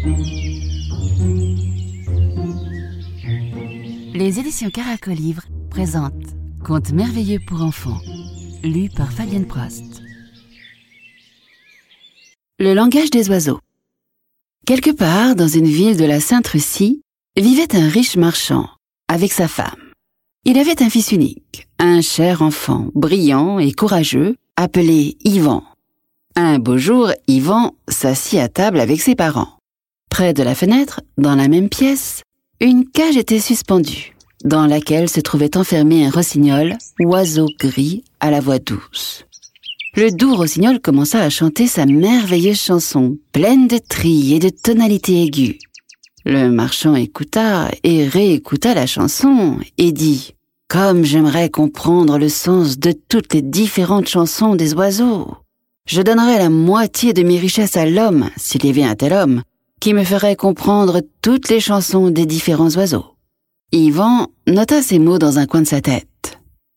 Les éditions Caracolivre présentent Contes merveilleux pour enfants, lu par Fabienne Prost. Le langage des oiseaux. Quelque part, dans une ville de la Sainte-Russie, vivait un riche marchand avec sa femme. Il avait un fils unique, un cher enfant, brillant et courageux, appelé Ivan. Un beau jour, Ivan s'assit à table avec ses parents. Près de la fenêtre, dans la même pièce, une cage était suspendue, dans laquelle se trouvait enfermé un rossignol, oiseau gris à la voix douce. Le doux rossignol commença à chanter sa merveilleuse chanson, pleine de trilles et de tonalités aiguës. Le marchand écouta et réécouta la chanson et dit « Comme j'aimerais comprendre le sens de toutes les différentes chansons des oiseaux. Je donnerais la moitié de mes richesses à l'homme, s'il y avait un tel homme, qui me ferait comprendre toutes les chansons des différents oiseaux. » Ivan nota ces mots dans un coin de sa tête.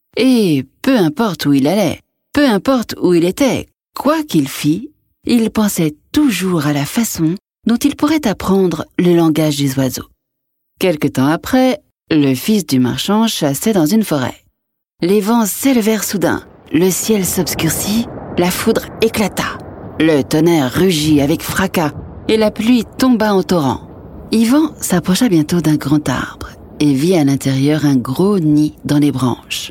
Et peu importe où il allait, peu importe où il était, quoi qu'il fît, il pensait toujours à la façon dont il pourrait apprendre le langage des oiseaux. Quelque temps après, le fils du marchand chassait dans une forêt. Les vents s'élevèrent soudain, le ciel s'obscurcit, la foudre éclata, le tonnerre rugit avec fracas et la pluie tomba en torrent. Ivan s'approcha bientôt d'un grand arbre et vit à l'intérieur un gros nid dans les branches.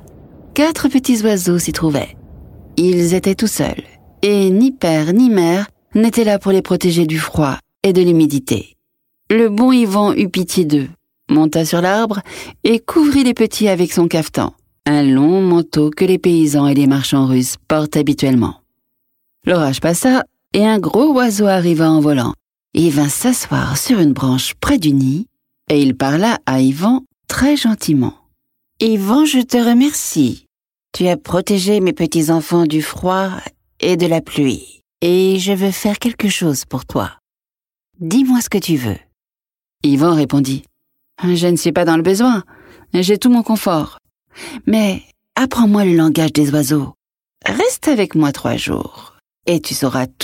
4 petits oiseaux s'y trouvaient. Ils étaient tout seuls, et ni père ni mère n'étaient là pour les protéger du froid et de l'humidité. Le bon Ivan eut pitié d'eux, monta sur l'arbre et couvrit les petits avec son cafetan, un long manteau que les paysans et les marchands russes portent habituellement. L'orage passa et un gros oiseau arriva en volant. Il vint s'asseoir sur une branche près du nid et il parla à Ivan très gentiment. « Ivan, je te remercie. Tu as protégé mes petits-enfants du froid et de la pluie, et je veux faire quelque chose pour toi. Dis-moi ce que tu veux. » Ivan répondit « Je ne suis pas dans le besoin, j'ai tout mon confort. Mais apprends-moi le langage des oiseaux. Reste avec moi 3 jours, et tu sauras tout. »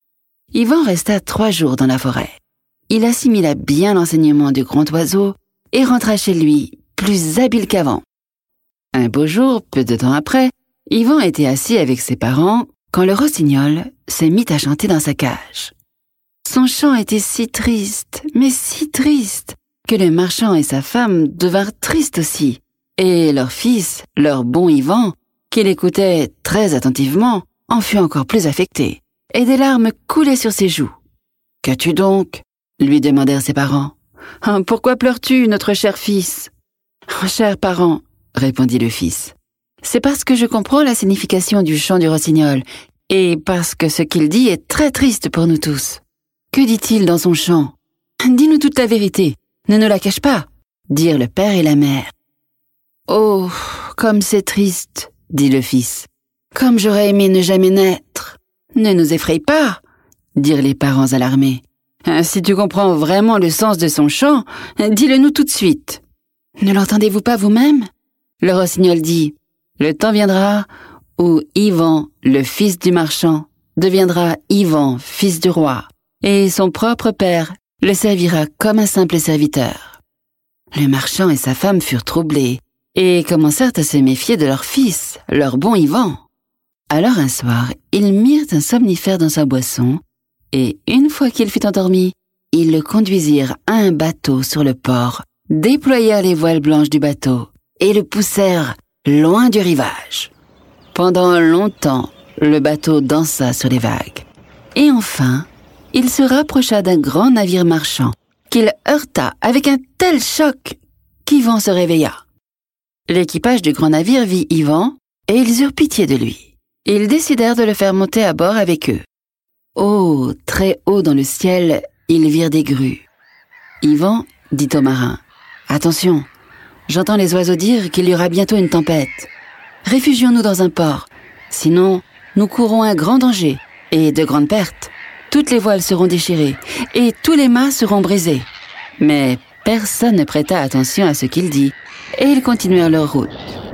Ivan resta 3 jours dans la forêt. Il assimila bien l'enseignement du grand oiseau et rentra chez lui plus habile qu'avant. Un beau jour, peu de temps après, Ivan était assis avec ses parents quand le rossignol se mit à chanter dans sa cage. Son chant était si triste, mais si triste, que le marchand et sa femme devinrent tristes aussi, et leur fils, leur bon Ivan, qui l'écoutait très attentivement, en fut encore plus affecté, et des larmes coulaient sur ses joues. « Qu'as-tu donc ?» lui demandèrent ses parents. « Pourquoi pleures-tu, notre cher fils ?»« Chers parents, » répondit le fils, « c'est parce que je comprends la signification du chant du rossignol, et parce que ce qu'il dit est très triste pour nous tous. Que dit-il dans son chant ? Dis-nous toute la vérité, ne nous la cache pas, » dirent le père et la mère. « Oh, comme c'est triste, » dit le fils, « comme j'aurais aimé ne jamais naître. »« Ne nous effraie pas, » dirent les parents alarmés. « Si tu comprends vraiment le sens de son chant, dis-le-nous tout de suite. »« Ne l'entendez-vous pas vous-même ?» Le rossignol dit « Le temps viendra où Ivan, le fils du marchand, deviendra Ivan, fils du roi, et son propre père le servira comme un simple serviteur. » Le marchand et sa femme furent troublés et commencèrent à se méfier de leur fils, leur bon Ivan. Alors un soir, ils mirent un somnifère dans sa boisson, et une fois qu'il fut endormi, ils le conduisirent à un bateau sur le port, déployèrent les voiles blanches du bateau et le poussèrent loin du rivage. Pendant longtemps, le bateau dansa sur les vagues. Et enfin, il se rapprocha d'un grand navire marchand qu'il heurta avec un tel choc qu'Ivan se réveilla. L'équipage du grand navire vit Ivan et ils eurent pitié de lui. Ils décidèrent de le faire monter à bord avec eux. Oh, très haut dans le ciel, ils virent des grues. Ivan dit au marin « Attention, j'entends les oiseaux dire qu'il y aura bientôt une tempête. Réfugions-nous dans un port, sinon nous courons un grand danger et de grandes pertes. Toutes les voiles seront déchirées et tous les mâts seront brisés. » Mais personne ne prêta attention à ce qu'il dit et ils continuèrent leur route.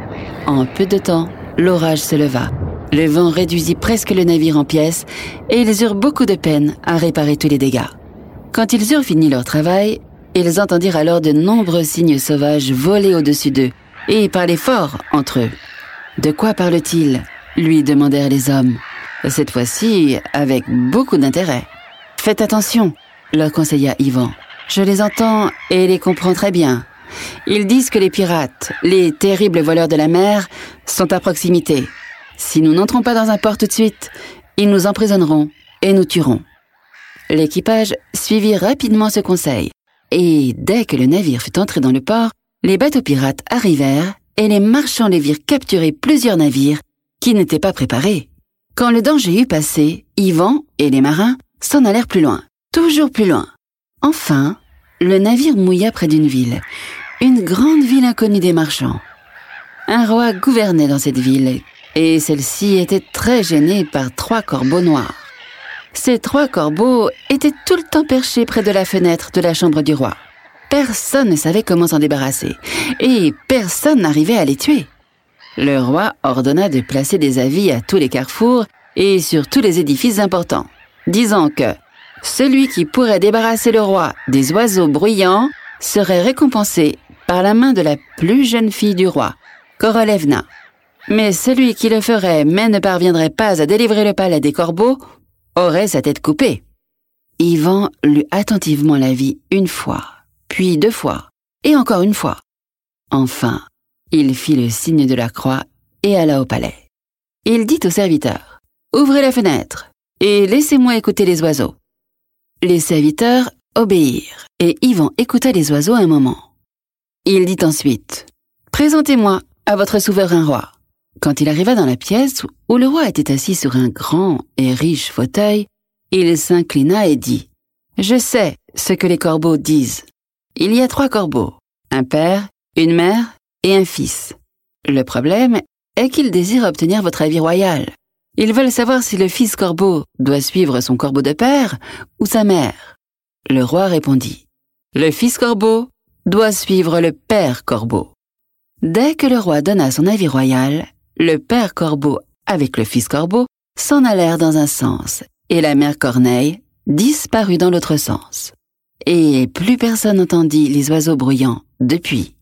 En peu de temps, l'orage se leva. Le vent réduisit presque le navire en pièces et ils eurent beaucoup de peine à réparer tous les dégâts. Quand ils eurent fini leur travail, ils entendirent alors de nombreux cygnes sauvages voler au-dessus d'eux et parler fort entre eux. « De quoi parle-t-il » lui demandèrent les hommes, cette fois-ci avec beaucoup d'intérêt. « Faites attention » leur conseilla Ivan. « Je les entends et les comprends très bien. Ils disent que les pirates, les terribles voleurs de la mer, sont à proximité. Si nous n'entrons pas dans un port tout de suite, ils nous emprisonneront et nous tueront. » L'équipage suivit rapidement ce conseil. Et dès que le navire fut entré dans le port, les bateaux pirates arrivèrent et les marchands les virent capturer plusieurs navires qui n'étaient pas préparés. Quand le danger eut passé, Ivan et les marins s'en allèrent plus loin, toujours plus loin. Enfin, le navire mouilla près d'une ville, une grande ville inconnue des marchands. Un roi gouvernait dans cette ville, et celle-ci était très gênée par 3 corbeaux noirs. Ces 3 corbeaux étaient tout le temps perchés près de la fenêtre de la chambre du roi. Personne ne savait comment s'en débarrasser, et personne n'arrivait à les tuer. Le roi ordonna de placer des avis à tous les carrefours et sur tous les édifices importants, disant que celui qui pourrait débarrasser le roi des oiseaux bruyants serait récompensé par la main de la plus jeune fille du roi, Korolevna. Mais celui qui le ferait mais ne parviendrait pas à délivrer le palais des corbeaux aurait sa tête coupée. Ivan lut attentivement l'avis 1 fois, puis 2 fois, et encore 1 fois. Enfin, il fit le signe de la croix et alla au palais. Il dit au serviteur « Ouvrez la fenêtre et laissez-moi écouter les oiseaux. » Les serviteurs obéirent et Ivan écouta les oiseaux un moment. Il dit ensuite « Présentez-moi à votre souverain roi. » Quand il arriva dans la pièce où le roi était assis sur un grand et riche fauteuil, il s'inclina et dit « Je sais ce que les corbeaux disent. Il y a 3 corbeaux, un père, une mère et un fils. Le problème est qu'ils désirent obtenir votre avis royal. Ils veulent savoir si le fils corbeau doit suivre son corbeau de père ou sa mère. » Le roi répondit « Le fils corbeau doit suivre le père corbeau. » Dès que le roi donna son avis royal, le père corbeau avec le fils corbeau s'en allèrent dans un sens et la mère corneille disparut dans l'autre sens. Et plus personne n'entendit les oiseaux bruyants depuis.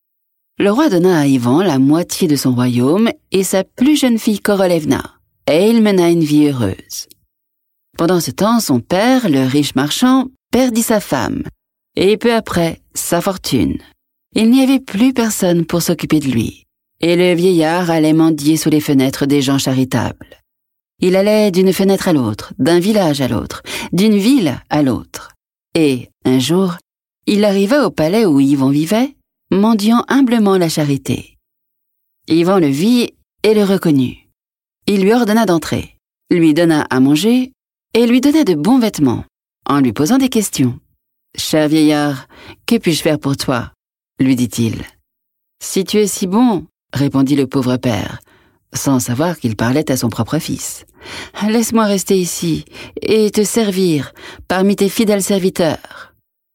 Le roi donna à Ivan la moitié de son royaume et sa plus jeune fille Korolevna, et il mena une vie heureuse. Pendant ce temps, son père, le riche marchand, perdit sa femme, et peu après, sa fortune. Il n'y avait plus personne pour s'occuper de lui, et le vieillard allait mendier sous les fenêtres des gens charitables. Il allait d'une fenêtre à l'autre, d'un village à l'autre, d'une ville à l'autre. Et, un jour, il arriva au palais où Ivan vivait, mendiant humblement la charité. Ivan le vit et le reconnut. Il lui ordonna d'entrer, lui donna à manger et lui donna de bons vêtements, en lui posant des questions. « Cher vieillard, que puis-je faire pour toi ?» lui dit-il. « Si tu es si bon, » répondit le pauvre père, sans savoir qu'il parlait à son propre fils. « Laisse-moi rester ici et te servir parmi tes fidèles serviteurs. »«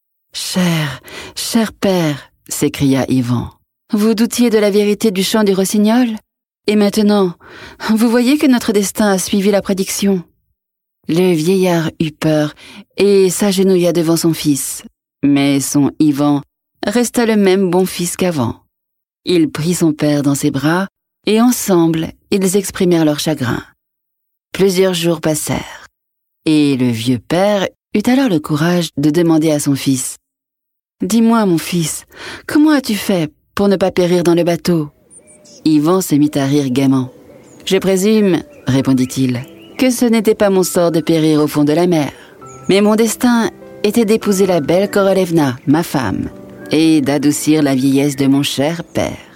Cher père, » s'écria Ivan, « vous doutiez de la vérité du chant du rossignol ? Et maintenant, vous voyez que notre destin a suivi la prédiction. » Le vieillard eut peur et s'agenouilla devant son fils, mais son Ivan resta le même bon fils qu'avant. Il prit son père dans ses bras et ensemble, ils exprimèrent leur chagrin. Plusieurs jours passèrent, et le vieux père eut alors le courage de demander à son fils « Dis-moi, mon fils, comment as-tu fait pour ne pas périr dans le bateau ?» Ivan se mit à rire gaiement. « Je présume, répondit-il, que ce n'était pas mon sort de périr au fond de la mer, mais mon destin était d'épouser la belle Korolevna, ma femme, et d'adoucir la vieillesse de mon cher père.